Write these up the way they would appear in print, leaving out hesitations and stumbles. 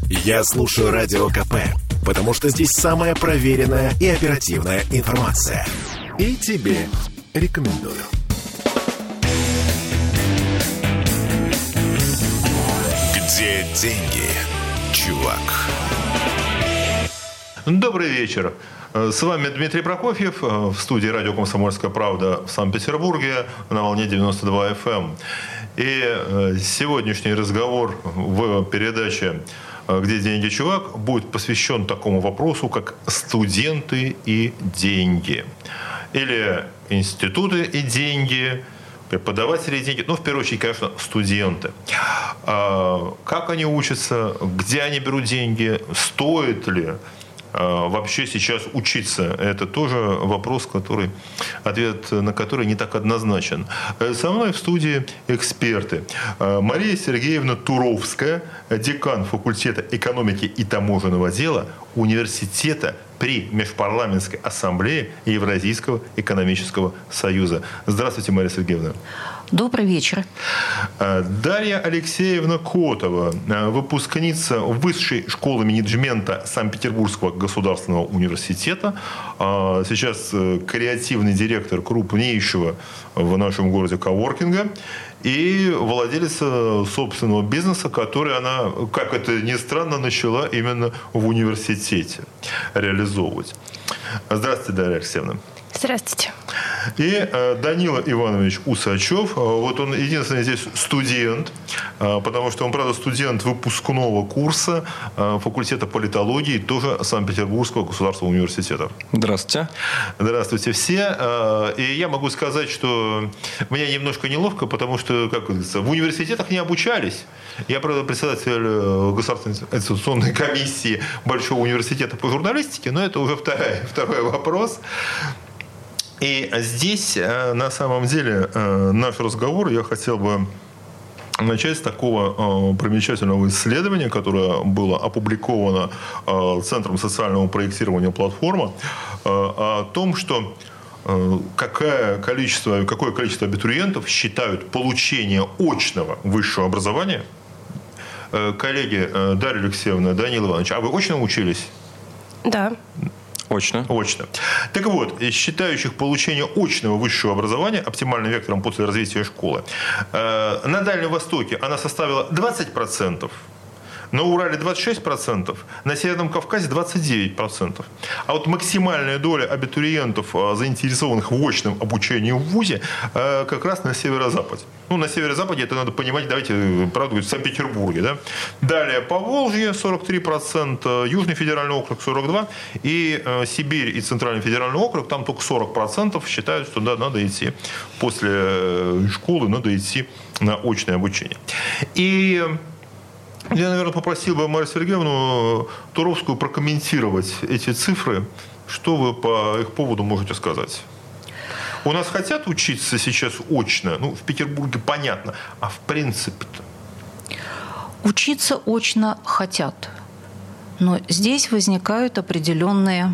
Я слушаю Радио КП, потому что здесь самая проверенная и оперативная информация. И тебе рекомендую. Где деньги, чувак? Добрый вечер. С вами Дмитрий Прокофьев в студии радио «Комсомольская правда» в Санкт-Петербурге на волне 92 FM. И сегодняшний разговор в передаче «Где деньги, чувак» будет посвящен такому вопросу, как студенты и деньги. Или институты и деньги, преподаватели и деньги. Ну, в первую очередь, конечно, студенты. Как они учатся, где они берут деньги, стоит ли вообще сейчас учиться? Это тоже вопрос, ответ на который не так однозначен. Со мной в студии эксперты. Мария Сергеевна Туровская, декан факультета экономики и таможенного дела Университета при Межпарламентской ассамблее Евразийского экономического союза. Здравствуйте, Мария Сергеевна. Добрый вечер. Дарья Алексеевна Котова, выпускница Высшей школы менеджмента Санкт-Петербургского государственного университета, сейчас креативный директор крупнейшего в нашем городе коворкинга и владелица собственного бизнеса, который она, как это ни странно, начала именно в университете реализовывать. Здравствуйте, Дарья Алексеевна. Здравствуйте. И Данила Иванович Усачев. Вот он единственный здесь студент, потому что он, правда, студент выпускного курса факультета политологии, тоже Санкт-Петербургского государственного университета. Здравствуйте. Здравствуйте все. И я могу сказать, что мне немножко неловко, потому что, как говорится, в университетах не обучались. Я, правда, председатель Государственной аттестационной комиссии Большого университета по журналистике, но это уже второй вопрос. И здесь, на самом деле, наш разговор я хотел бы начать с такого примечательного исследования, которое было опубликовано Центром социального проектирования «Платформа», о том, что какое количество абитуриентов считают получение очного высшего образования. Коллеги Дарья Алексеевна, Данил Иванович, а вы очно учились? Да. Очно. Так вот, из считающих получение очного высшего образования оптимальным вектором после развития школы, на Дальнем Востоке она составила 20%, на Урале 26%, на Северном Кавказе 29%. А вот максимальная доля абитуриентов, заинтересованных в очном обучении в ВУЗе, как раз на Северо-Западе. Ну, на Северо-Западе это надо понимать, давайте, правда, в Санкт-Петербурге. Да? Далее Поволжье 43%, Южный федеральный округ 42%, и Сибирь и Центральный федеральный округ, там только 40% считают, что да, надо идти после школы, надо идти на очное обучение. И я, наверное, попросил бы Марию Сергеевну Туровскую прокомментировать эти цифры. Что вы по их поводу можете сказать? У нас хотят учиться сейчас очно? Ну, в Петербурге понятно. А в принципе-то? Учиться очно хотят. Но здесь возникают определенные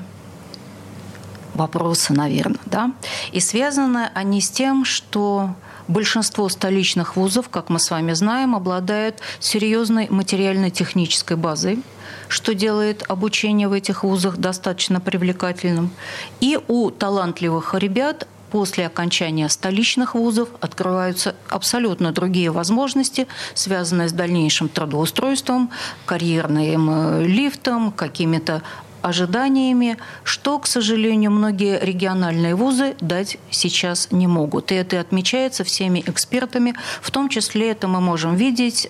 вопросы, наверное. Да? И связаны они с тем, что большинство столичных вузов, как мы с вами знаем, обладают серьезной материально-технической базой, что делает обучение в этих вузах достаточно привлекательным. И у талантливых ребят после окончания столичных вузов открываются абсолютно другие возможности, связанные с дальнейшим трудоустройством, карьерным лифтом, какими-то ожиданиями, что, к сожалению, многие региональные вузы дать сейчас не могут. И это отмечается всеми экспертами. В том числе это мы можем видеть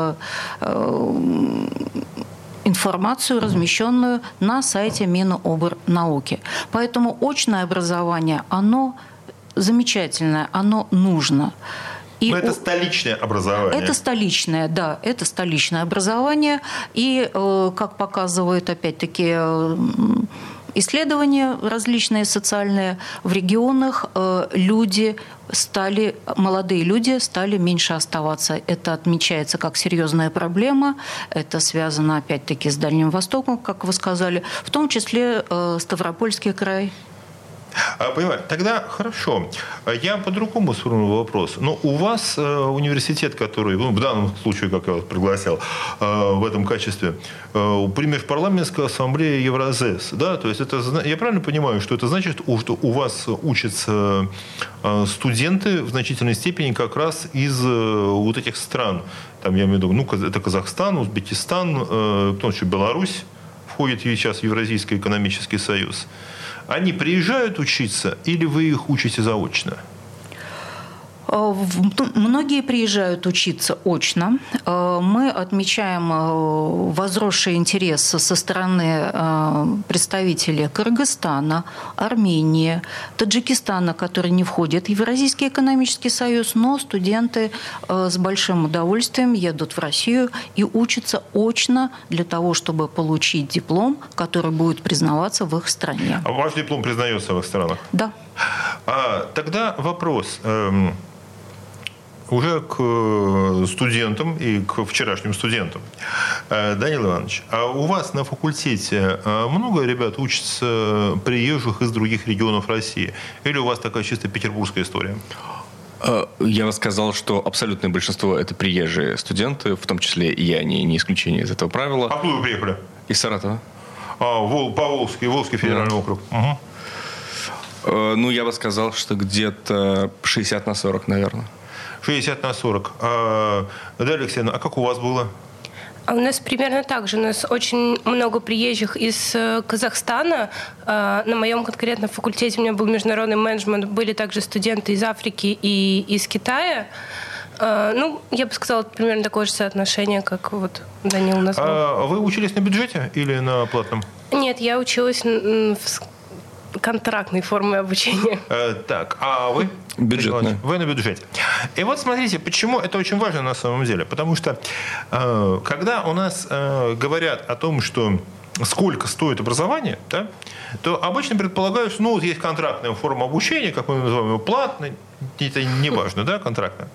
информацию, размещенную на сайте Минобрнауки. Поэтому очное образование, оно замечательное, оно нужно. Но это столичное образование. Это столичное, да, это столичное образование. И, как показывают, опять-таки, исследования различные социальные, в регионах молодые люди стали меньше оставаться. Это отмечается как серьезная проблема. Это связано, опять-таки, с Дальним Востоком, как вы сказали, в том числе Ставропольский край. Понимаю. Тогда хорошо. Я по-другому сформулирую вопрос. Но у вас университет, который, в данном случае, как я вас пригласил, в этом качестве, при Межпарламентской ассамблее Евразес, да? То есть это, я правильно понимаю, что это значит, что у вас учатся студенты в значительной степени как раз из вот этих стран. Там, я имею в виду, это Казахстан, Узбекистан, потом еще Беларусь входит сейчас в Евразийский экономический союз. Они приезжают учиться или вы их учите заочно? Многие приезжают учиться очно. Мы отмечаем возросший интерес со стороны представителей Кыргызстана, Армении, Таджикистана, которые не входят в Евразийский экономический союз, но студенты с большим удовольствием едут в Россию и учатся очно для того, чтобы получить диплом, который будет признаваться в их стране. А ваш диплом признается в их странах? Да. Тогда вопрос. Уже к студентам и к вчерашним студентам. Данил Иванович, а у вас на факультете много ребят учатся приезжих из других регионов России? Или у вас такая чисто петербургская история? Я бы сказал, что абсолютное большинство – это приезжие студенты, в том числе и я, не исключение из этого правила. А куда вы приехали? Из Саратова. По-Волжски, Волжский федеральный округ. Угу. Я бы сказал, что где-то 60/40, наверное. 60/40. Да, Алексеевна, а как у вас было? У нас примерно так же. У нас очень много приезжих из Казахстана. На моем конкретном факультете у меня был международный менеджмент. Были также студенты из Африки и из Китая. Я бы сказала, это примерно такое же соотношение, как вот Данил назвал. Вы учились на бюджете или на платном? Нет, я училась в контрактной формы обучения. Так, а вы? Бюджетная. Вы на бюджете. И вот смотрите, почему это очень важно на самом деле. Потому что когда у нас говорят о том, что сколько стоит образование, да, то обычно предполагают, что есть контрактная форма обучения, как мы называем его, платная, это не важно, да, контрактная.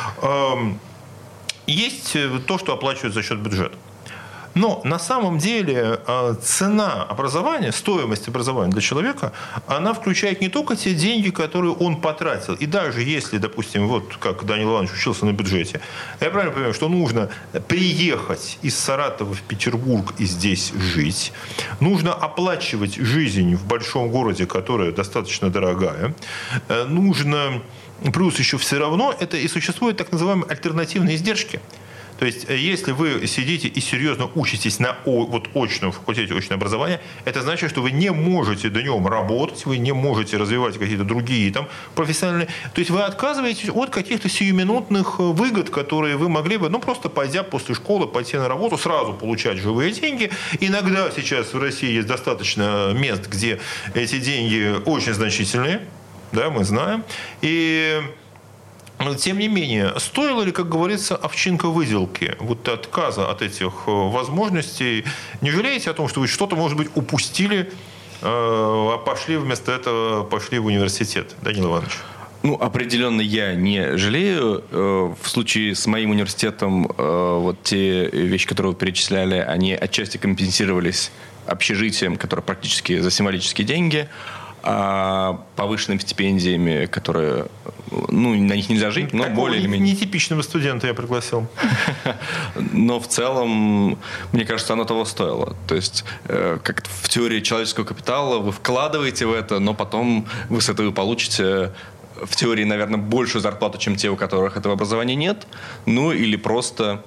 Есть то, что оплачивают за счет бюджета. Но на самом деле цена образования, стоимость образования для человека, она включает не только те деньги, которые он потратил. И даже если, допустим, вот как Данил Иванович учился на бюджете, я правильно понимаю, что нужно приехать из Саратова в Петербург и здесь жить, нужно оплачивать жизнь в большом городе, которая достаточно дорогая, нужно, плюс еще все равно, это и существуют так называемые альтернативные издержки. То есть, если вы сидите и серьезно учитесь на очном факультете, очное образование, это значит, что вы не можете днем работать, вы не можете развивать какие-то другие профессиональные... То есть, вы отказываетесь от каких-то сиюминутных выгод, которые вы могли бы, просто пойдя после школы, пойти на работу, сразу получать живые деньги. Иногда сейчас в России есть достаточно мест, где эти деньги очень значительные, да, мы знаем. И... Тем не менее, стоило ли, как говорится, овчинка выделки, отказа от этих возможностей? Не жалеете о том, что вы что-то, может быть, упустили, а вместо этого пошли в университет, Данил Иванович? Определенно я не жалею. В случае с моим университетом те вещи, которые вы перечисляли, они отчасти компенсировались общежитием, которое практически за символические деньги, повышенными стипендиями, которые, на них нельзя жить, но более или менее... Нетипичного студента я пригласил. Но в целом, мне кажется, оно того стоило. То есть, как в теории человеческого капитала, вы вкладываете в это, но потом вы с этого получите, в теории, наверное, большую зарплату, чем те, у которых этого образования нет. Или просто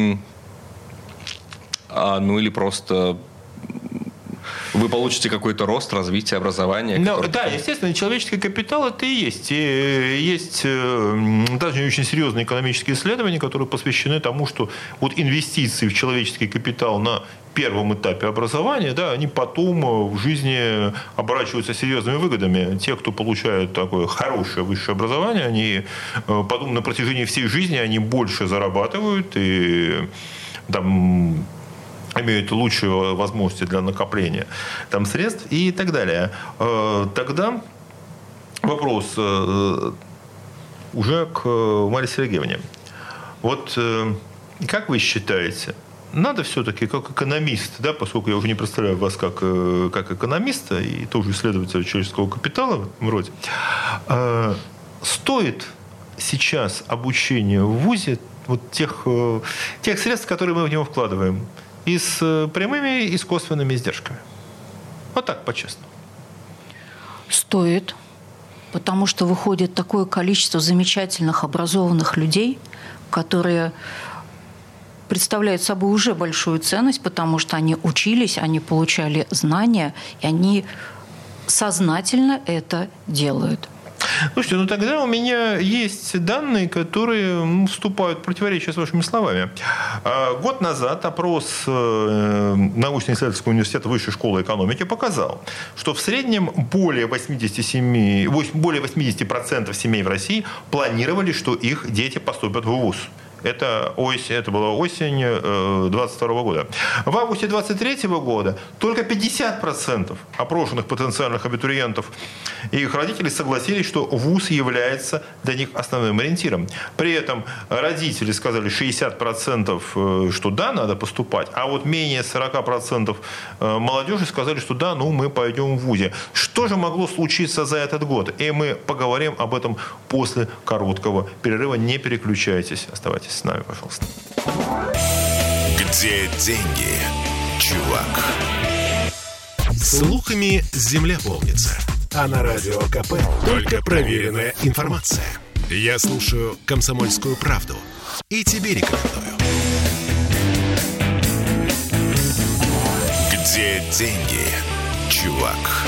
вы получите какой-то рост, развитие, образование. Да, естественно, человеческий капитал это и есть. И есть даже очень серьезные экономические исследования, которые посвящены тому, что инвестиции в человеческий капитал на первом этапе образования, да, они потом в жизни оборачиваются серьезными выгодами. Те, кто получают такое хорошее высшее образование, они потом на протяжении всей жизни они больше зарабатывают и имеют лучшие возможности для накопления средств и так далее. Тогда вопрос уже к Марии Сергеевне. Как вы считаете, надо все-таки, как экономист, да, поскольку я уже не представляю вас как экономиста и тоже исследователя человеческого капитала в этом роде, стоит сейчас обучение в ВУЗе вот тех средств, которые мы в него вкладываем, и с прямыми, и с косвенными издержками? Вот так, по-честному. Стоит, потому что выходит такое количество замечательных образованных людей, которые представляют собой уже большую ценность, потому что они учились, они получали знания, и они сознательно это делают. Слушайте, ну тогда у меня есть данные, которые вступают в противоречие с вашими словами. Год назад опрос научно-исследовательского университета Высшей школы экономики показал, что в среднем более 80% семей в России планировали, что их дети поступят в ВУЗ. Это была осень 2022 года. В августе 2023 года только 50% опрошенных потенциальных абитуриентов и их родителей согласились, что вуз является для них основным ориентиром. При этом родители сказали 60%, что да, надо поступать, а вот менее 40% молодежи сказали, что да, ну мы пойдем в вузе. Что же могло случиться за этот год? И мы поговорим об этом после короткого перерыва. Не переключайтесь, оставайтесь с нами, пожалуйста. Где деньги, чувак? Слухами земля полнится. А на Радио КП только проверенная информация. Я слушаю «Комсомольскую правду» и тебе рекомендую. Где деньги, чувак?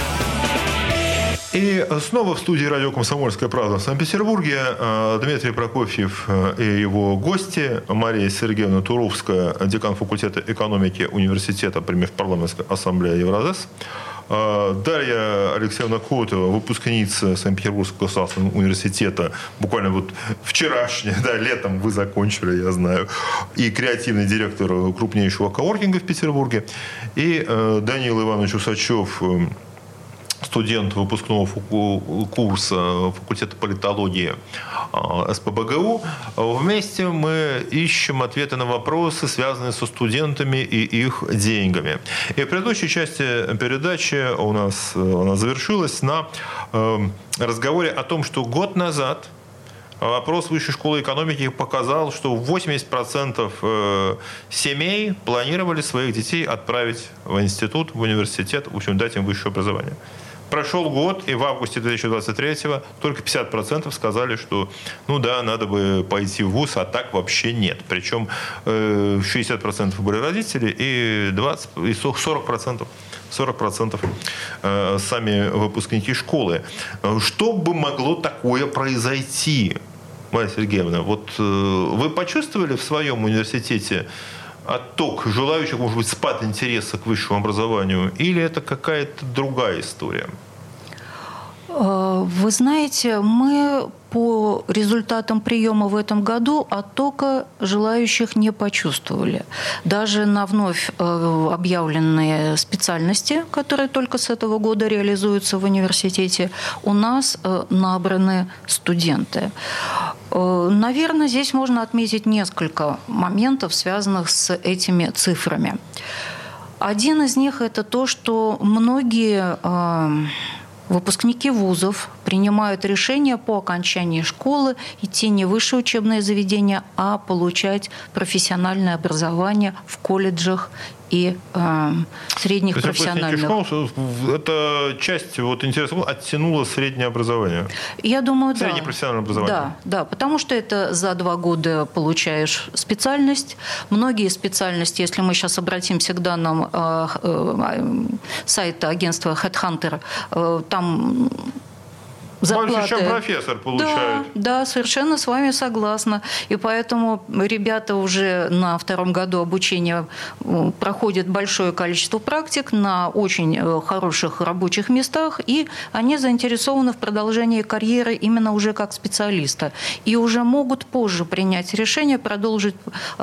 И снова в студии радио «Комсомольская правда» в Санкт-Петербурге Дмитрий Прокофьев и его гости. Мария Сергеевна Туровская, декан факультета экономики университета при Межпарламентской ассамблее Евразес. Дарья Алексеевна Котова, выпускница Санкт-Петербургского государственного университета, буквально вот вчерашняя, да, летом вы закончили, я знаю, и креативный директор крупнейшего коворкинга в Петербурге. И Данил Иванович Усачев, студент выпускного курса факультета политологии СПбГУ. Вместе мы ищем ответы на вопросы, связанные со студентами и их деньгами. И в предыдущей части передачи у нас она завершилась на разговоре о том, что год назад опрос Высшей школы экономики показал, что 80% семей планировали своих детей отправить в институт, в университет, в общем, дать им высшее образование. Прошел год, и в августе 2023-го только 50% сказали, что ну да, надо бы пойти в вуз, а так вообще нет. Причем 60% были родители, и 40% сами выпускники школы. Что бы могло такое произойти, Мария Сергеевна? Вот вы почувствовали в своем университете отток желающих, может быть, спад интереса к высшему образованию, или это какая-то другая история? Вы знаете, мы по результатам приема в этом году оттока желающих не почувствовали. Даже на вновь объявленные специальности, которые только с этого года реализуются в университете, у нас набраны студенты. Наверное, здесь можно отметить несколько моментов, связанных с этими цифрами. Один из них – это то, что многие выпускники вузов принимают решение по окончании школы идти не в высшее учебное заведение, а получать профессиональное образование в колледжах и средних профессиональных. Школ, эта часть интереса оттянула среднее образование. Я думаю, среднее профессиональное образование. Да, потому что это за 2 года получаешь специальность. Многие специальности, если мы сейчас обратимся к данным сайта агентства HeadHunter, там зарплаты. Больше, чем профессор получает. Да, совершенно с вами согласна. И поэтому ребята уже на 2-м году обучения проходят большое количество практик на очень хороших рабочих местах, и они заинтересованы в продолжении карьеры именно уже как специалиста. И уже могут позже принять решение продолжить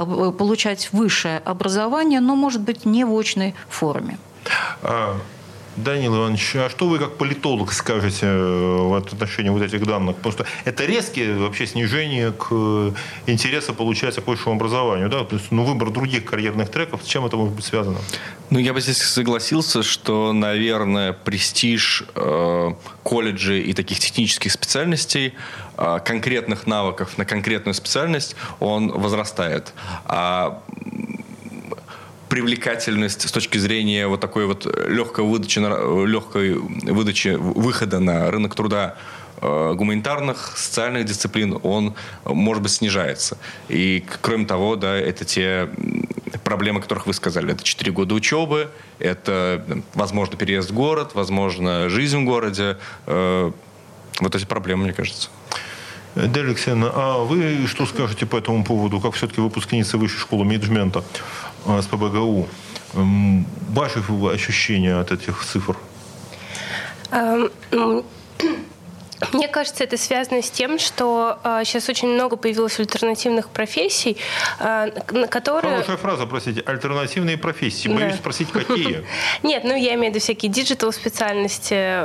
получать высшее образование, но, может быть, не в очной форме. Данил Иванович, а что вы как политолог скажете в отношении вот этих данных? Потому что это резкое вообще снижение к интереса, получается, к высшему образованию. Да? То есть, выбор других карьерных треков, с чем это может быть связано? Я бы здесь согласился, что, наверное, престиж колледжей и таких технических специальностей, конкретных навыков на конкретную специальность, он возрастает. А привлекательность с точки зрения вот такой вот легкой выдачи выхода на рынок труда гуманитарных, социальных дисциплин, он, может быть, снижается. И, кроме того, да, это те проблемы, о которых вы сказали. Это 4 года учебы, это, возможно, переезд в город, возможно, жизнь в городе. Вот эти проблемы, мне кажется. Дарья Алексеевна, а вы что скажете по этому поводу, как все-таки выпускница Высшей школы менеджмента СПбГУ? Ваши ощущения от этих цифр? Мне кажется, это связано с тем, что сейчас очень много появилось альтернативных профессий, которые... Хорошая фраза, простите. Альтернативные профессии. Боюсь спросить, какие? Нет, я имею в виду всякие диджитал-специальности,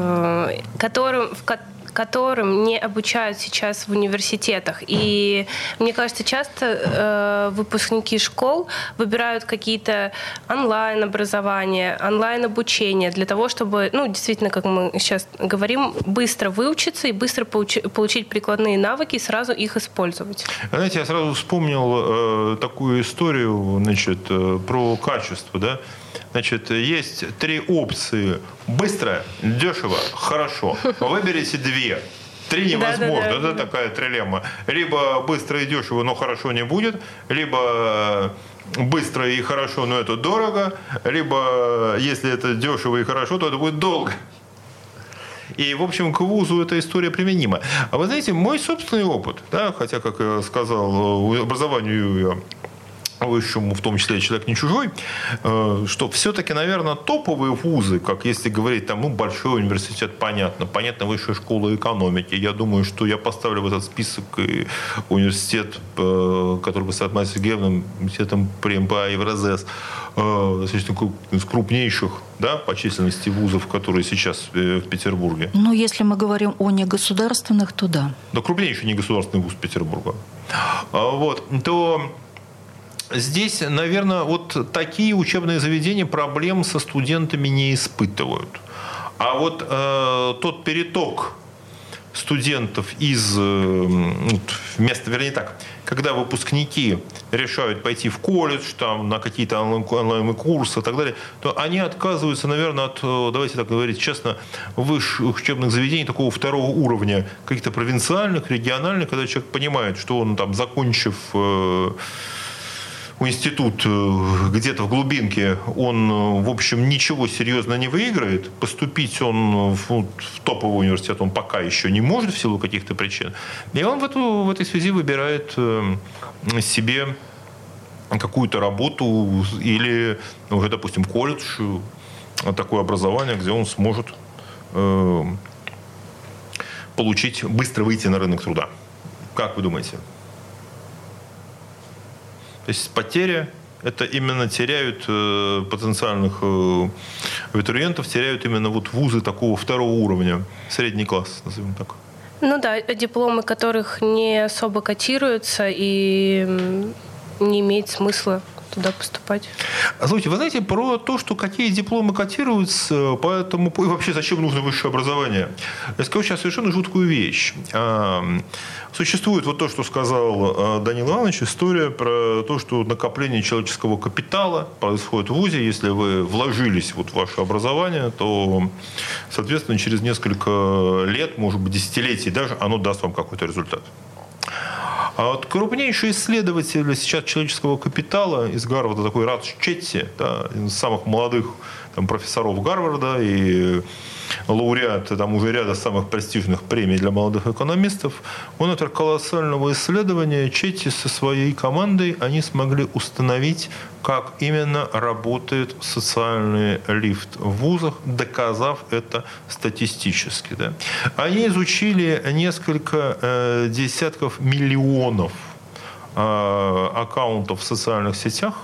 которым не обучают сейчас в университетах. И мне кажется, часто выпускники школ выбирают какие-то онлайн-образования, онлайн-обучения для того, чтобы, действительно, как мы сейчас говорим, быстро выучиться и быстро получить прикладные навыки и сразу их использовать. Знаете, я сразу вспомнил такую историю, про качество, да? Есть 3 опции. Быстро, дешево, хорошо. Выберите 2. 3 невозможно. Это такая трилемма. Либо быстро и дешево, но хорошо не будет. Либо быстро и хорошо, но это дорого. Либо, если это дешево и хорошо, то это будет долго. И, в общем, к вузу эта история применима. А вы знаете, мой собственный опыт, да, хотя, как я сказал, образованию я высшему, в том числе, человек не чужой, что все-таки, наверное, топовые вузы, как если говорить, большой университет, понятно, Высшая школа экономики. Я думаю, что я поставлю в этот список и университет, который выступает Марьей Сергеевной, университетом при МПА Евразес, из крупнейших, да, по численности вузов, которые сейчас в Петербурге. Если мы говорим о негосударственных, то да. Да, крупнейший негосударственный вуз Петербурга. То здесь, наверное, вот такие учебные заведения проблем со студентами не испытывают. А вот тот переток студентов из места, вернее так, когда выпускники решают пойти в колледж, на какие-то онлайн-курсы и так далее, то они отказываются, наверное, от, давайте так говорить честно, высших учебных заведений такого второго уровня, каких-то провинциальных, региональных, когда человек понимает, что он закончив институт где-то в глубинке, он, в общем, ничего серьезно не выиграет. Поступить он в топовый университет он пока еще не может в силу каких-то причин. И он в этой связи выбирает себе какую-то работу или, уже, допустим, колледж, такое образование, где он сможет быстро выйти на рынок труда. Как вы думаете? То есть потеря, это именно теряют потенциальных абитуриентов, теряют именно вузы такого второго уровня, средний класс, назовем так. Дипломы которых не особо котируются и не имеет смысла туда поступать. Слушайте, вы знаете, про то, что какие дипломы котируются, поэтому и вообще зачем нужно высшее образование, я скажу сейчас совершенно жуткую вещь. Существует то, что сказал Данил Иванович, история про то, что накопление человеческого капитала происходит в вузе. Если вы вложились в ваше образование, то, соответственно, через несколько лет, может быть, десятилетий даже, оно даст вам какой-то результат. А вот крупнейший исследователь сейчас человеческого капитала из Гарварда, такой Радж Четти, да, один из самых молодых профессоров Гарварда и лауреат уже ряда самых престижных премий для молодых экономистов, он от колоссального исследования Четти со своей командой они смогли установить, как именно работает социальный лифт в вузах, доказав это статистически. Да. Они изучили несколько десятков миллионов аккаунтов в социальных сетях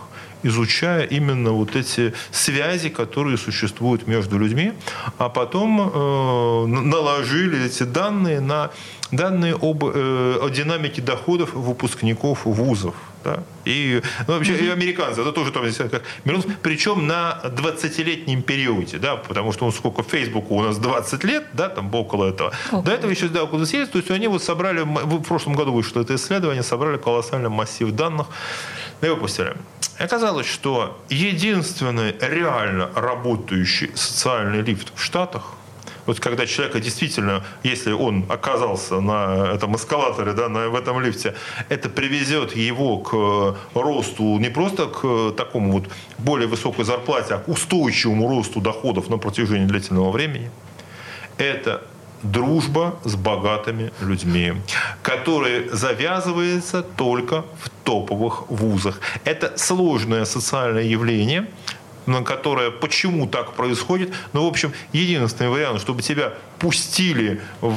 изучая именно вот эти связи, которые существуют между людьми, а потом наложили эти данные на данные о динамике доходов выпускников вузов. Да? И вообще и американцы, это тоже там, как причем на 20-летнем периоде, да, потому что сколько Фейсбуку у нас 20 лет, да, там около этого. До этого еще около съезда, то есть они вот собрали, в прошлом году вышло это исследование, собрали колоссальный массив данных и выпустили. И оказалось, что единственный реально работающий социальный лифт в Штатах, вот когда человека действительно, если он оказался на этом эскалаторе, да, в этом лифте, это приведет его к росту, не просто к такому вот более высокой зарплате, а к устойчивому росту доходов на протяжении длительного времени. Это дружба с богатыми людьми, которая завязывается только в топовых вузах. Это сложное социальное явление, на которое почему так происходит. Ну, в общем, единственный вариант, чтобы тебя пустили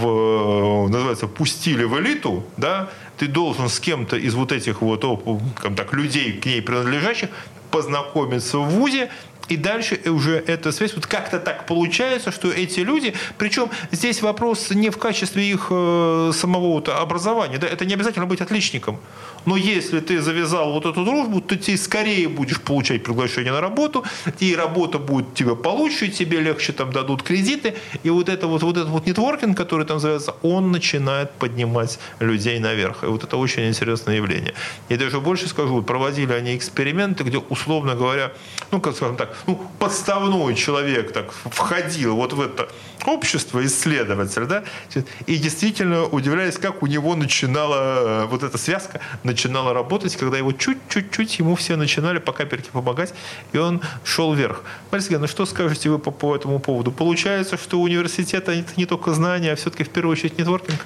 пустили в элиту, да, ты должен с кем-то из вот этих вот людей, к ней принадлежащих, познакомиться в вузе, и дальше уже эта связь, вот как-то так получается, что эти люди, причем здесь вопрос не в качестве их самого образования, да, это не обязательно быть отличником, но если ты завязал вот эту дружбу, то ты скорее будешь получать приглашение на работу, и работа будет тебе получше, тебе легче там дадут кредиты, и вот этот нетворкинг, который там завязывается, он начинает поднимать людей наверх, и вот это очень интересное явление. И даже больше скажу, проводили они эксперименты, где, условно говоря, скажем так, подставной человек так входил вот в это общество, исследователь, да, и действительно удивляясь, как у него начинала вот эта связка начинала работать, когда его чуть-чуть ему все начинали по капельке помогать, и он шел вверх. Мария Сергеевна, что скажете вы по этому поводу? Получается, что университет это не только знания, а все-таки в первую очередь нетворкинг?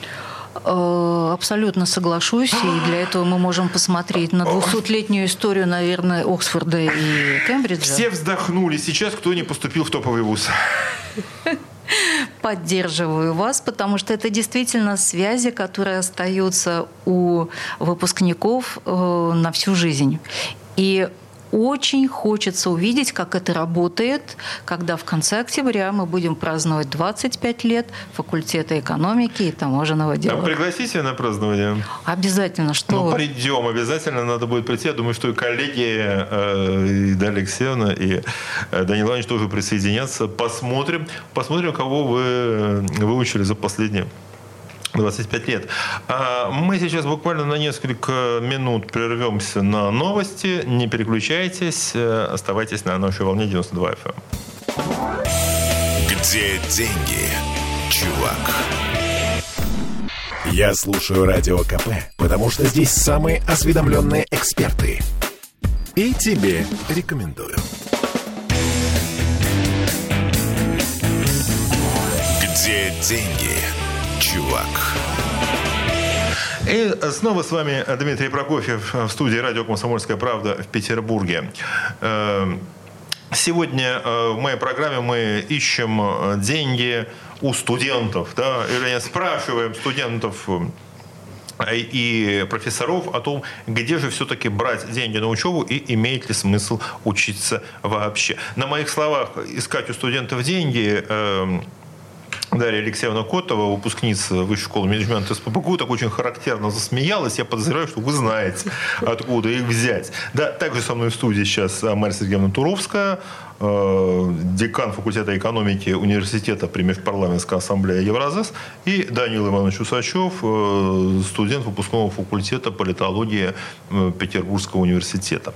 Абсолютно соглашусь. И для этого мы можем посмотреть на 200-летнюю историю, наверное, Оксфорда и Кембриджа. Все вздохнули сейчас, кто не поступил в топовый вуз. Поддерживаю вас, потому что это действительно связи, которые остаются у выпускников на всю жизнь. И очень хочется увидеть, как это работает, когда в конце октября мы будем праздновать 25 лет факультета экономики и таможенного дела. А пригласите на празднование? Обязательно. Что? Придем, обязательно надо будет прийти. Я думаю, что и коллеги, и Дарья Алексеевна, и Данил Иванович тоже присоединятся. Посмотрим, кого вы выучили за последние 25 лет. Мы сейчас буквально на несколько минут прервемся на новости. Не переключайтесь, оставайтесь на нашей волне 92 FM. Где деньги, чувак? Я слушаю Радио КП, потому что здесь самые осведомленные эксперты. И тебе рекомендую. Где деньги, чувак? И снова с вами Дмитрий Прокофьев в студии радио «Комсомольская правда» в Петербурге. Сегодня в моей программе мы ищем деньги у студентов, да, или спрашиваем студентов и профессоров о том, где же все-таки брать деньги на учебу и имеет ли смысл учиться вообще. На моих словах искать у студентов деньги Дарья Алексеевна Котова, выпускница Высшей школы менеджмента СПбГУ, так очень характерно засмеялась. Я подозреваю, что вы знаете, откуда их взять. Да, также со мной в студии сейчас Мария Сергеевна Туровская, декан факультета экономики университета при Межпарламентской ассамблее Евразес, и Данил Иванович Усачев, студент выпускного факультета политологии Петербургского университета.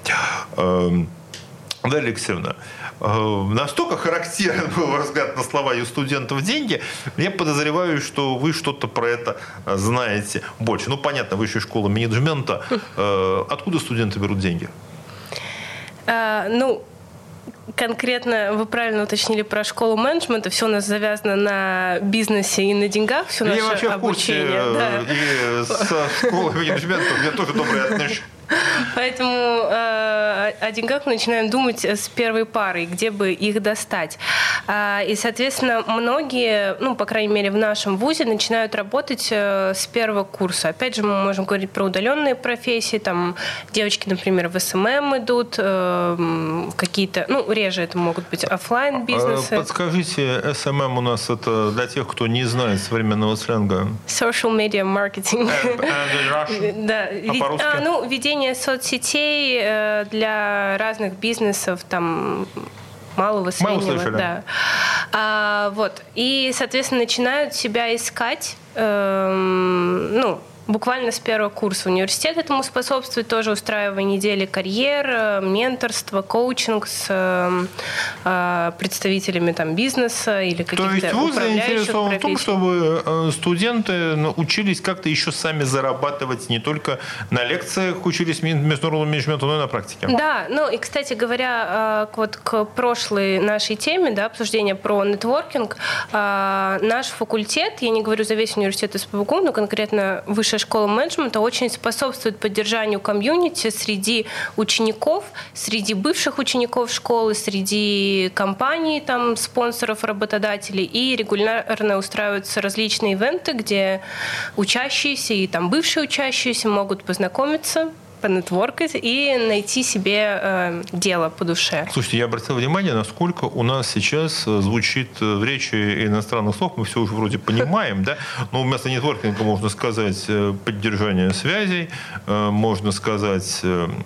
Дарья Алексеевна, настолько характерен был ваш взгляд на слова «у студентов деньги», я подозреваю, что вы что-то про это знаете больше. Ну, понятно, Высшая школа менеджмента. Откуда студенты берут деньги? Конкретно вы правильно уточнили про школу менеджмента. Все у нас завязано на бизнесе и на деньгах. Все наше вообще обучение. В курсе, и со школы менеджмента у меня тоже добрые отношения. Поэтому о деньгах мы начинаем думать с первой пары, где бы их достать. И, соответственно, многие, ну, по крайней мере, в нашем вузе начинают работать с первого курса. Опять же, мы можем говорить про удаленные профессии. Там девочки, например, в СММ идут, какие-то, ну, реже это могут быть офлайн бизнесы. Подскажите, СММ у нас это для тех, кто не знает современного сленга. Social media marketing. Да. А по-русски? Ну, ведение соцсетей для разных бизнесов, там, малого, среднего. Да. Вот. И, соответственно, начинают себя искать, ну, буквально с первого курса. Университет этому способствует, тоже устраивая недели карьер, менторство, коучинг с представителями там, бизнеса или каких-то управляющих. То есть вуз заинтересован в том, чтобы студенты учились как-то еще сами зарабатывать, не только на лекциях учились международному менеджменту, но и на практике. Да, ну и, кстати говоря, вот к прошлой нашей теме, да, обсуждения про нетворкинг, наш факультет, я не говорю за весь университет СПбГУ, но конкретно Высшая школа менеджмента очень способствует поддержанию комьюнити среди учеников, среди бывших учеников школы, среди компаний, там, спонсоров, работодателей. И регулярно устраиваются различные ивенты, где учащиеся и там, бывшие учащиеся могут познакомиться, понетворкать и найти себе дело по душе. Слушайте, я обратил внимание, насколько у нас сейчас звучит в речи иностранных слов, мы все уже вроде понимаем, да, но вместо нетворкинга можно сказать поддержание связей, можно сказать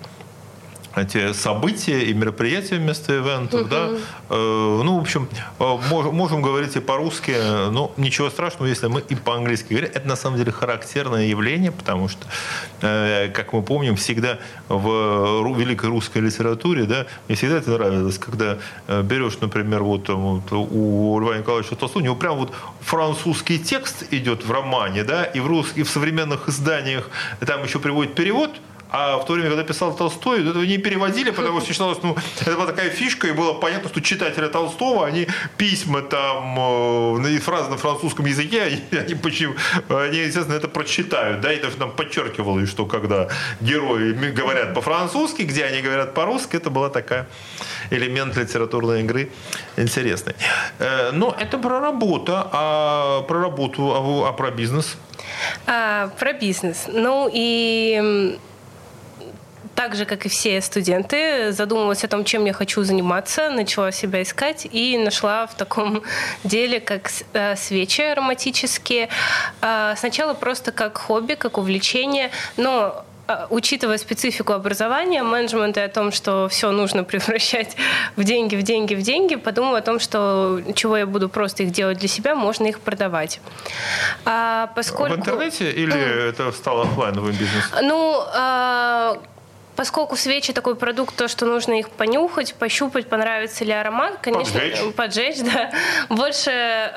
эти события и мероприятия вместо ивентов, да. Ну, в общем, можем говорить и по-русски, но ничего страшного, если мы и по-английски говорим. Это, на самом деле, характерное явление, потому что, как мы помним, всегда в великой русской литературе, да, мне всегда это нравилось, когда берешь, например, вот у Льва Николаевича Толстого, у него прям вот французский текст идет в романе, да, и в современных изданиях там еще приводит перевод. А в то время, когда писал Толстой, этого не переводили, потому что считалось, ну, это была такая фишка, и было понятно, что читатели Толстого, они письма там, и фразы на французском языке, они, естественно, это прочитают, да, и даже нам подчеркивалось, что когда герои говорят по-французски, где они говорят по-русски, это была такая элемент литературной игры интересный. Но это про работу, а про бизнес? Про бизнес. Ну и так же, как и все студенты, задумалась о том, чем я хочу заниматься, начала себя искать и нашла в таком деле, как свечи ароматические. Сначала просто как хобби, как увлечение, но учитывая специфику образования, менеджмента и о том, что все нужно превращать в деньги, подумала о том, что чего я буду просто их делать для себя, можно их продавать. Поскольку... В интернете или это стало офлайновым бизнесом? Ну, поскольку свечи такой продукт, то, что нужно их понюхать, пощупать, понравится ли аромат, конечно, поджечь, да. Больше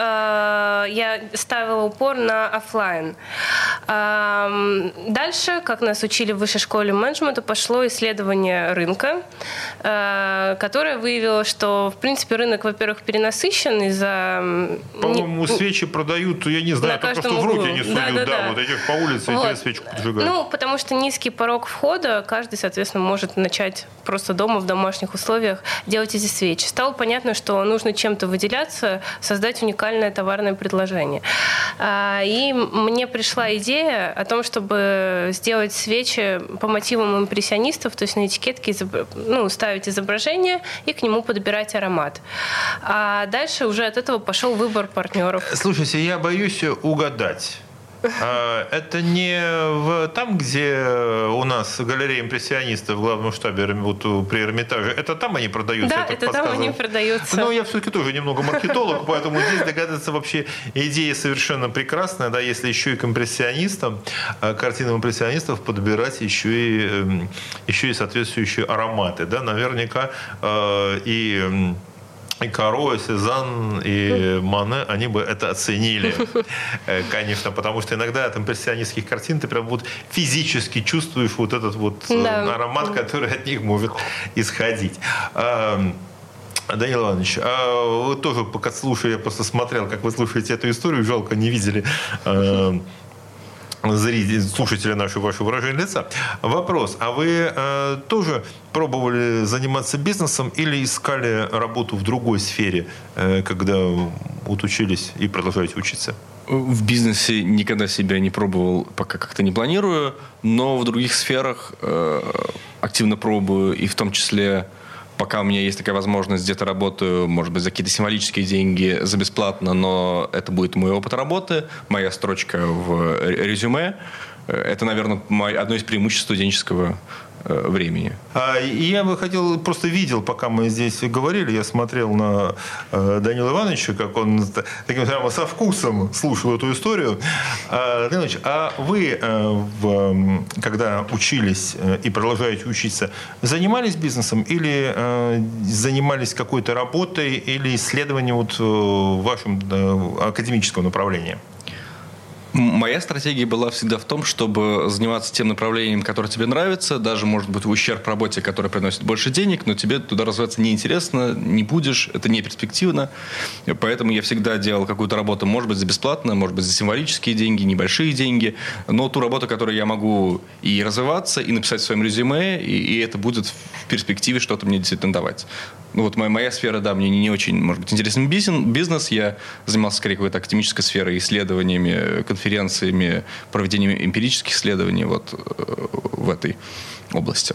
я ставила упор на офлайн. Дальше, как нас учили в Высшей школе менеджмента, пошло исследование рынка, которое выявило, что, в принципе, рынок, во-первых, перенасыщен из-за... По-моему, свечи продают, я не знаю, это просто в руки не суют, да, вот идешь по улице, и тебе свечку поджигают. Ну, потому что низкий порог входа, каждый, соответственно, может начать просто дома в домашних условиях делать эти свечи. Стало понятно, что нужно чем-то выделяться, создать уникальное товарное предложение. И мне пришла идея о том, чтобы сделать свечи по мотивам импрессионистов, то есть на этикетке ставить изображение и к нему подбирать аромат. А дальше уже от этого пошел выбор партнеров. Слушайте, я боюсь угадать. Это не там, где у нас галерея импрессионистов в главном штабе вот, при Эрмитаже. Это там они продаются? Да, это там они продаются. Но я все-таки тоже немного маркетолог, поэтому здесь догадаться вообще идея совершенно прекрасная, да, если еще и к импрессионистам, картинам импрессионистов подбирать еще и соответствующие ароматы. Да, наверняка и Каро, и Сезанн, и Мане, они бы это оценили, конечно, потому что иногда от импрессионистских картин ты прям вот физически чувствуешь вот этот вот аромат, который от них может исходить. Данил Иванович, вы тоже, пока слушали, я просто смотрел, как вы слушаете эту историю, жалко, не видели слушатели наши, ваше выражение лица. Вопрос. А вы тоже пробовали заниматься бизнесом или искали работу в другой сфере, когда вот учились и продолжаете учиться? В бизнесе никогда себя не пробовал, пока как-то не планирую, но в других сферах активно пробую, и в том числе, пока у меня есть такая возможность, где-то работаю, может быть, за какие-то символические деньги, за бесплатно, но это будет мой опыт работы, моя строчка в резюме. Это, наверное, одно из преимуществ студенческого времени. Я бы хотел, просто видел, пока мы здесь говорили, я смотрел на Данила Ивановича, как он таким прямо со вкусом слушал эту историю. Данил Иванович, а вы, когда учились и продолжаете учиться, занимались бизнесом или занимались какой-то работой или исследованием вот в вашем академическом направлении? Моя стратегия была всегда в том, чтобы заниматься тем направлением, которое тебе нравится, даже, может быть, в ущерб работе, которая приносит больше денег, но тебе туда развиваться неинтересно, не будешь, это не перспективно. Поэтому я всегда делал какую-то работу, может быть, за бесплатно, может быть, за символические деньги, небольшие деньги, но ту работу, которой я могу и развиваться, и написать в своем резюме, и это будет в перспективе что-то мне действительно давать. Ну вот моя сфера, да, мне не очень, может быть, интересен бизнес. Я занимался скорее какой-то академической сферой, исследованиями, конференциями, проведением эмпирических исследований вот в этой области.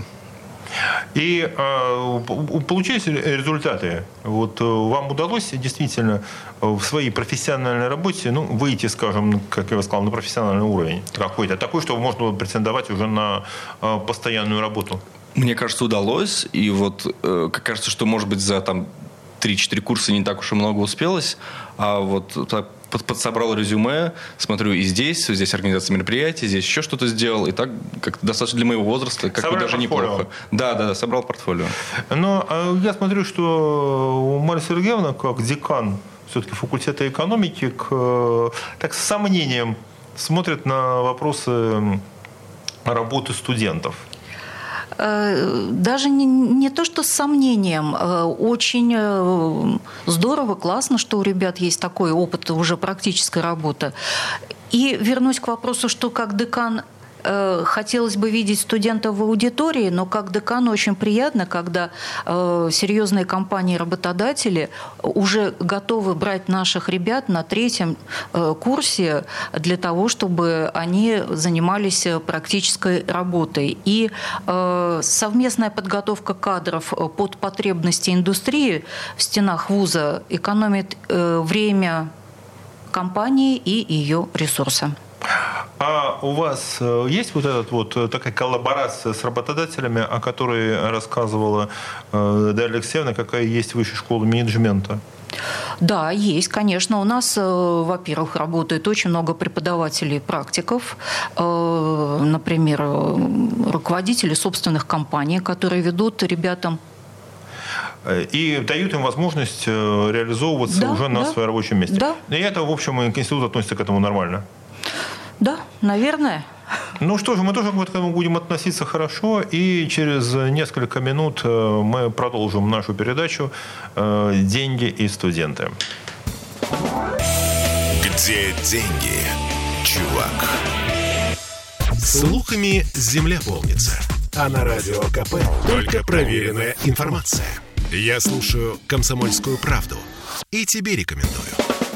И получились результаты. Вот вам удалось действительно в своей профессиональной работе выйти, скажем, как я сказал, на профессиональный уровень какой-то, такой, чтобы можно было претендовать уже на постоянную работу? Мне кажется, удалось. И вот кажется, что, может быть, за 3-4 курса не так уж и много успелось. А вот так подсобрал резюме, смотрю, и здесь организация мероприятий, здесь еще что-то сделал. И так как-то достаточно для моего возраста, как-то даже неплохо. Да, собрал портфолио. Но я смотрю, что Марья Сергеевна, как декан все-таки факультета экономики, так с сомнением смотрит на вопросы работы студентов. Даже не то, что с сомнением. Очень здорово, классно, что у ребят есть такой опыт уже практической работы. И вернусь к вопросу, что как декан хотелось бы видеть студентов в аудитории, но как декану очень приятно, когда серьезные компании-работодатели уже готовы брать наших ребят на 3-м курсе для того, чтобы они занимались практической работой. И совместная подготовка кадров под потребности индустрии в стенах вуза экономит время компании и ее ресурсы. А у вас есть такая коллаборация с работодателями, о которой рассказывала Дарья Алексеевна, какая есть в Высшей школе менеджмента? Да, есть, конечно. У нас, во-первых, работает очень много преподавателей и практиков, например, руководители собственных компаний, которые ведут ребятам. И дают им возможность реализовываться уже на своем рабочем месте. Да. И это, в общем, институт относится к этому нормально. Да, наверное. Ну что же, мы тоже к этому будем относиться хорошо. И через несколько минут мы продолжим нашу передачу «Деньги и студенты». Где деньги, чувак? Слухами земля полнится. А на Радио КП только проверенная информация. Я слушаю «Комсомольскую правду» и тебе рекомендую.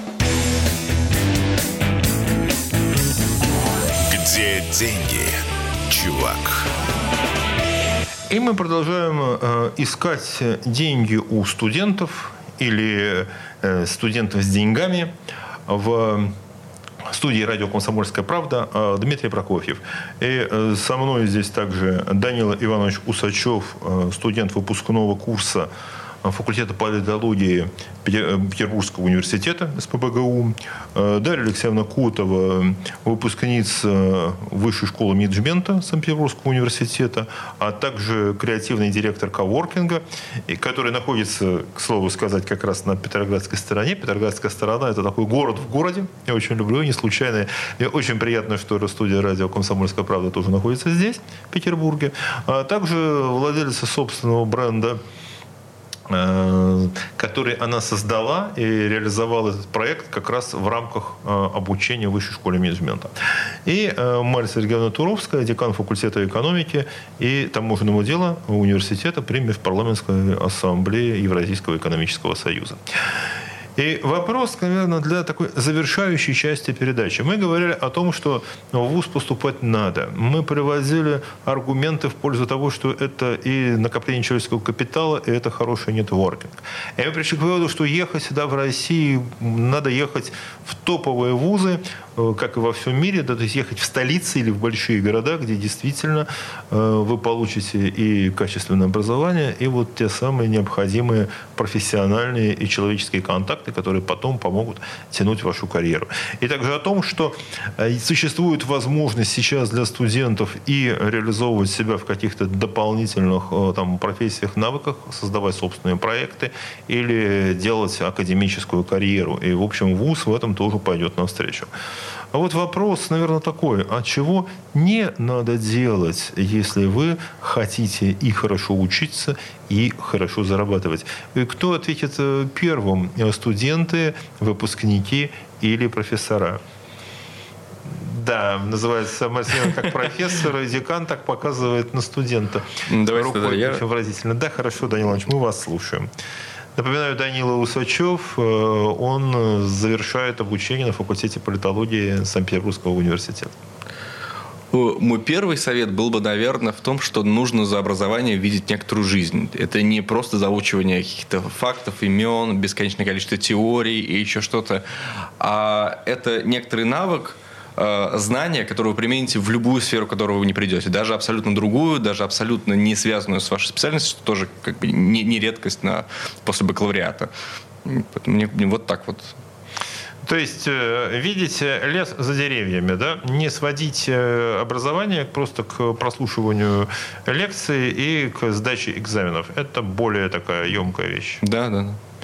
Где деньги, чувак? И мы продолжаем искать деньги у студентов или студентов с деньгами в студии «Радио Комсомольская правда» Дмитрий Прокофьев. И со мной здесь также Данила Иванович Усачев, студент выпускного курса факультета политологии Петербургского университета СПбГУ, Дарья Алексеевна Котова, выпускница Высшей школы менеджмента Санкт-Петербургского университета, а также креативный директор коворкинга, который находится, к слову сказать, как раз на Петроградской стороне. Петроградская сторона – это такой город в городе. Я очень люблю, не случайно. Мне очень приятно, что студия «Радио Комсомольская правда» тоже находится здесь, в Петербурге. А также владелица собственного бренда который она создала и реализовала этот проект как раз в рамках обучения в Высшей школе менеджмента. И Марья Сергеевна Туровская, декан факультета экономики и таможенного дела университета при Межпарламентской ассамблее Евразийского экономического союза. И вопрос, наверное, для такой завершающей части передачи. Мы говорили о том, что в ВУЗ поступать надо. Мы приводили аргументы в пользу того, что это и накопление человеческого капитала, и это хороший нетворкинг. И мы пришли к выводу, что ехать сюда, в России, надо ехать в топовые вузы, как и во всем мире, да, то есть ехать в столицы или в большие города, где действительно вы получите и качественное образование, и вот те самые необходимые профессиональные и человеческие контакты, которые потом помогут тянуть вашу карьеру. И также о том, что существует возможность сейчас для студентов и реализовывать себя в каких-то дополнительных там, профессиях, навыках, создавать собственные проекты или делать академическую карьеру. И, в общем, ВУЗ в этом тоже пойдет навстречу. А вот вопрос, наверное, такой. А чего не надо делать, если вы хотите и хорошо учиться, и хорошо зарабатывать? И кто ответит первым? Студенты, выпускники или профессора? Да, называется Марсиан как профессор, и декан так показывает на студента. Давайте тогда я... Очень выразительно. Да, хорошо, Данил Иванович, мы вас слушаем. Напоминаю, Данила Усачев, он завершает обучение на факультете политологии Санкт-Петербургского университета. Мой первый совет был бы, наверное, в том, что нужно за образование видеть некоторую жизнь. Это не просто заучивание каких-то фактов, имен, бесконечное количество теорий и еще что-то, а это некоторый навык, знания, которые вы примените в любую сферу, в которую вы не придете. Даже абсолютно другую, даже абсолютно не связанную с вашей специальностью, что тоже как бы не редкость после бакалавриата. Мне вот так вот. То есть видеть лес за деревьями, да? Не сводить образование просто к прослушиванию лекций и к сдаче экзаменов. Это более такая емкая вещь. Да.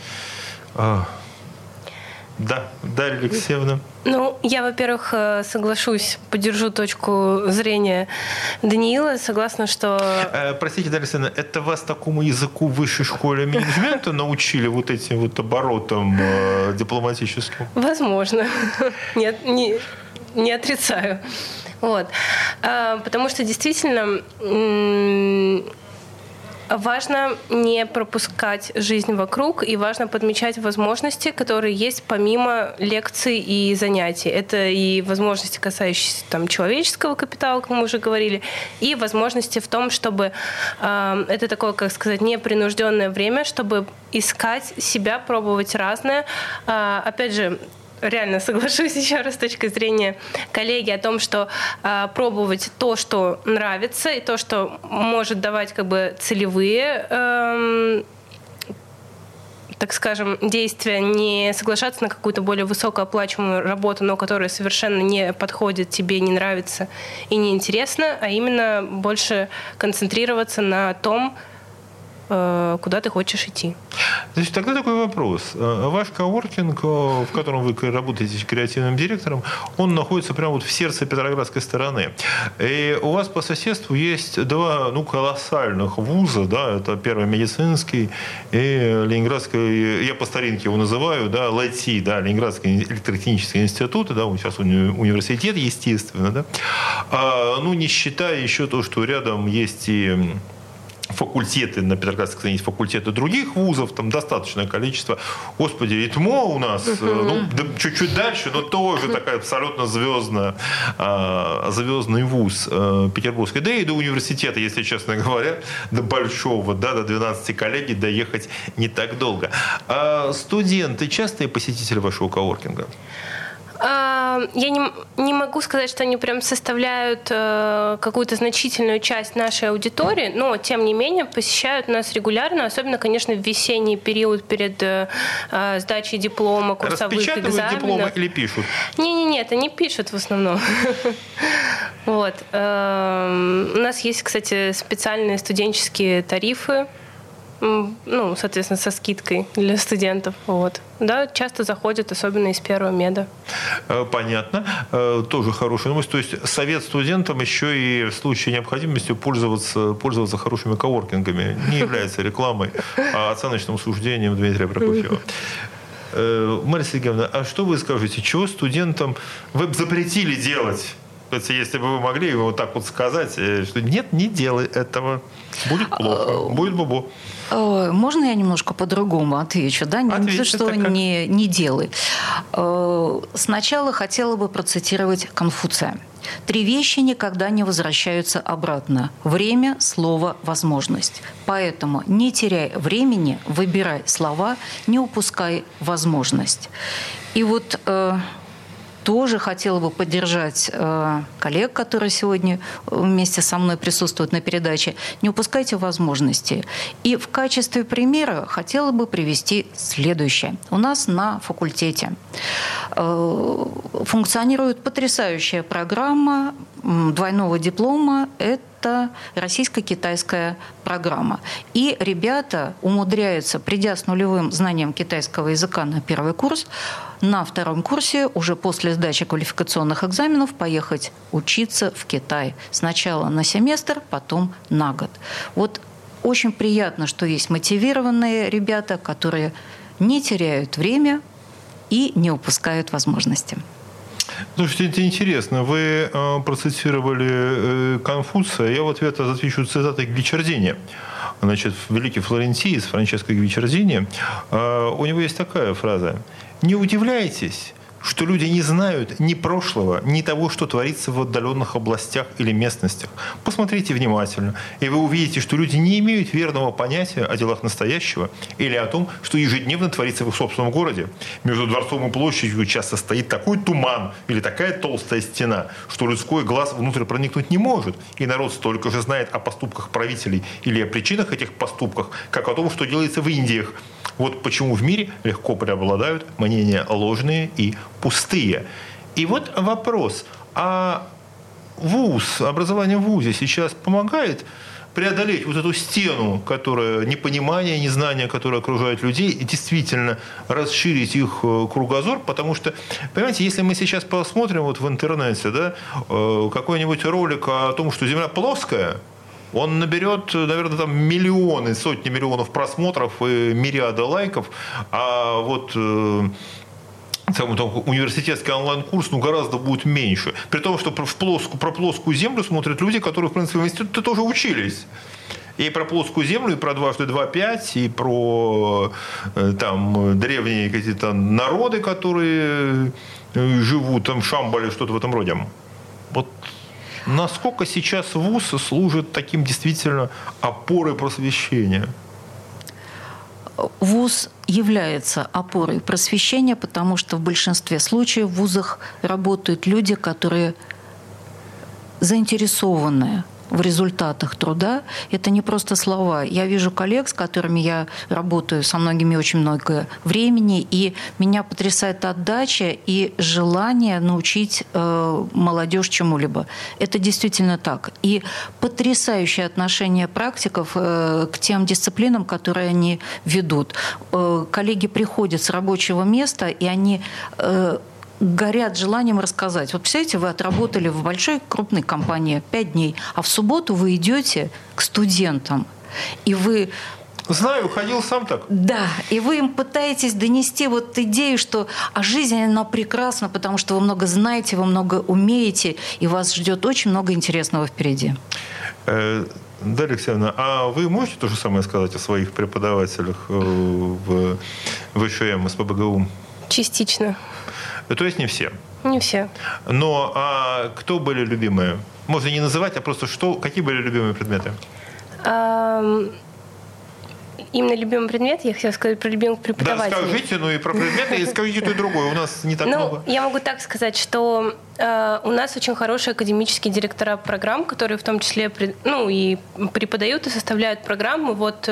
Да, Дарья Алексеевна. Ну, я, во-первых, соглашусь, поддержу точку зрения Даниила. Согласна, что... Простите, Дарья Алексеевна, это вас такому языку в Высшей школе менеджмента научили вот этим вот оборотом дипломатическим? Возможно. Нет, не отрицаю. Вот. Потому что действительно... Важно не пропускать жизнь вокруг, и важно подмечать возможности, которые есть помимо лекций и занятий. Это и возможности, касающиеся там, человеческого капитала, как мы уже говорили, и возможности в том, чтобы это такое, как сказать, непринужденное время, чтобы искать себя, пробовать разное. Опять же, реально соглашусь еще раз с точки зрения коллеги о том, что пробовать то, что нравится, и то, что может давать как бы целевые, так скажем, действия, не соглашаться на какую-то более высокооплачиваемую работу, но которая совершенно не подходит тебе, не нравится и не интересна, а именно больше концентрироваться на том, куда ты хочешь идти. Значит, тогда такой вопрос. Ваш коворкинг, в котором вы работаете креативным директором, он находится прямо вот в сердце Петроградской стороны. И у вас по соседству есть два колоссальных вуза, да, это Первый медицинский и Ленинградский, я по старинке его называю, да, ЛЭТИ, да, Ленинградский электротехнический институт, да, сейчас университет, естественно, да. Не считая еще то, что рядом есть и факультеты, на Петроградской стороне есть факультеты других вузов, там достаточное количество. Господи, ИТМО у нас, чуть-чуть дальше, но тоже такая абсолютно звездный вуз петербургский. Да и до университета, если честно говоря, до большого, да, до 12 коллегий доехать не так долго. Студенты частые посетители вашего коворкинга? Я не могу сказать, что они прям составляют какую-то значительную часть нашей аудитории, но, тем не менее, посещают нас регулярно, особенно, конечно, в весенний период перед сдачей диплома, курсовых экзаменов. Распечатывают дипломы или пишут? Нет, они пишут в основном. Вот. У нас есть, кстати, специальные студенческие тарифы, ну, соответственно, со скидкой для студентов. Вот. Да, часто заходят, особенно из первого меда. Понятно. Тоже хорошая новость. То есть совет студентам еще и в случае необходимости пользоваться хорошими коворкингами не является рекламой, а оценочным суждением Дмитрия Прокофьева. Мария Сергеевна, а что вы скажете, чего студентам вы бы запретили делать? Если бы вы могли его вот так вот сказать, что нет, не делай этого, будет плохо, будет бубу. Можно я немножко по-другому отвечу? Да? Не что не делай. Сначала хотела бы процитировать Конфуция. 3 вещи никогда не возвращаются обратно. Время, слово, возможность. Поэтому не теряй времени, выбирай слова, не упускай возможность. И вот тоже хотела бы поддержать коллег, которые сегодня вместе со мной присутствуют на передаче. Не упускайте возможности. И в качестве примера хотела бы привести следующее. У нас на факультете функционирует потрясающая программа двойного диплома. Это российско-китайская программа. И ребята умудряются, придя с нулевым знанием китайского языка на первый курс, на втором курсе, уже после сдачи квалификационных экзаменов, поехать учиться в Китай. Сначала на семестр, потом на год. Вот очень приятно, что есть мотивированные ребята, которые не теряют время и не упускают возможности. Слушайте, это интересно. Вы процитировали Конфуция. Я в ответ отвечу цитатой Гвичардини. Значит, великий флорентиец Франческо Гвичардини. У него есть такая фраза. «Не удивляйтесь, что люди не знают ни прошлого, ни того, что творится в отдаленных областях или местностях. Посмотрите внимательно, и вы увидите, что люди не имеют верного понятия о делах настоящего или о том, что ежедневно творится в их собственном городе. Между дворцом и площадью часто стоит такой туман или такая толстая стена, что людской глаз внутрь проникнуть не может, и народ столько же знает о поступках правителей или о причинах этих поступков, как о том, что делается в Индиях. Вот почему в мире легко преобладают мнения ложные и пустые». И вот вопрос, а вуз, образование в вузе сейчас помогает преодолеть вот эту стену, которая непонимание, незнание, которое окружает людей, и действительно расширить их кругозор? Потому что, понимаете, если мы сейчас посмотрим вот в интернете, да, какой-нибудь ролик о том, что Земля плоская, он наберет, наверное, там миллионы, сотни миллионов просмотров и мириады лайков, а вот университетский онлайн-курс гораздо будет меньше. При том, что про плоскую Землю смотрят люди, которые, в принципе, в институте тоже учились. И про плоскую Землю, и про 2 × 2 = 5, и про там древние какие-то народы, которые живут там в Шамбале, что-то в этом роде. Вот насколько сейчас вуз служит таким действительно опорой просвещения? Вуз является опорой просвещения, потому что в большинстве случаев в вузах работают люди, которые заинтересованы в результатах труда. Это не просто слова. Я вижу коллег, с которыми я работаю, со многими очень много времени, и меня потрясает отдача и желание научить молодежь чему-либо. Это действительно так. И потрясающее отношение практиков к тем дисциплинам, которые они ведут. Коллеги приходят с рабочего места, и они горят желанием рассказать. Вот представляете, вы отработали в большой крупной компании 5 дней, а в субботу вы идете к студентам, и вы... Знаю, ходил сам так. Да, и вы им пытаетесь донести вот идею, что жизнь, она прекрасна, потому что вы много знаете, вы много умеете, и вас ждет очень много интересного впереди. Дарья Алексеевна, а вы можете то же самое сказать о своих преподавателях в ВШМ, СПбГУ? Частично. То есть не все? Не все. Но кто были любимые? Можно не называть, а просто какие были любимые предметы? Именно любимый предмет, я хотела сказать про любимых преподавателей. Да, скажите, и про предметы, и скажите то и другое. У нас не так много. Я могу так сказать, что у нас очень хорошие академические директора программ, которые в том числе и преподают, и составляют программы. Вот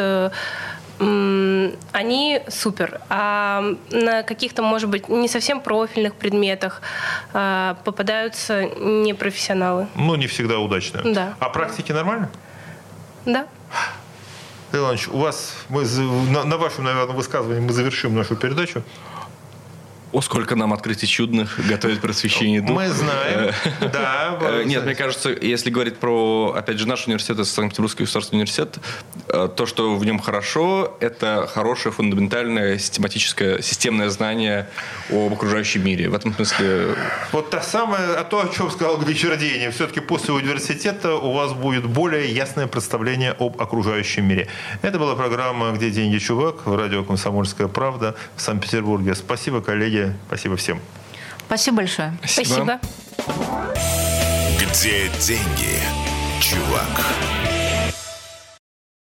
они супер. А на каких-то, может быть, не совсем профильных предметах попадаются непрофессионалы. Не всегда удачно. Да. А практики нормально? Да. Леонид Иванович, у вас, на вашем, наверное, высказывании мы завершим нашу передачу. О, сколько нам открытий чудных готовит просвещение духа. Мы знаем, да. Нет, мне кажется, если говорить про, опять же, наш университет, это Санкт-Петербургский государственный университет, то, что в нем хорошо, это хорошее фундаментальное системное знание об окружающем мире. В этом смысле... Вот то, о чем сказал Гвичердини. Все-таки после университета у вас будет более ясное представление об окружающем мире. Это была программа «Где деньги, чувак?» в радио «Комсомольская правда» в Санкт-Петербурге. Спасибо, коллеги. Спасибо всем. Спасибо большое. Спасибо. Где деньги, чувак?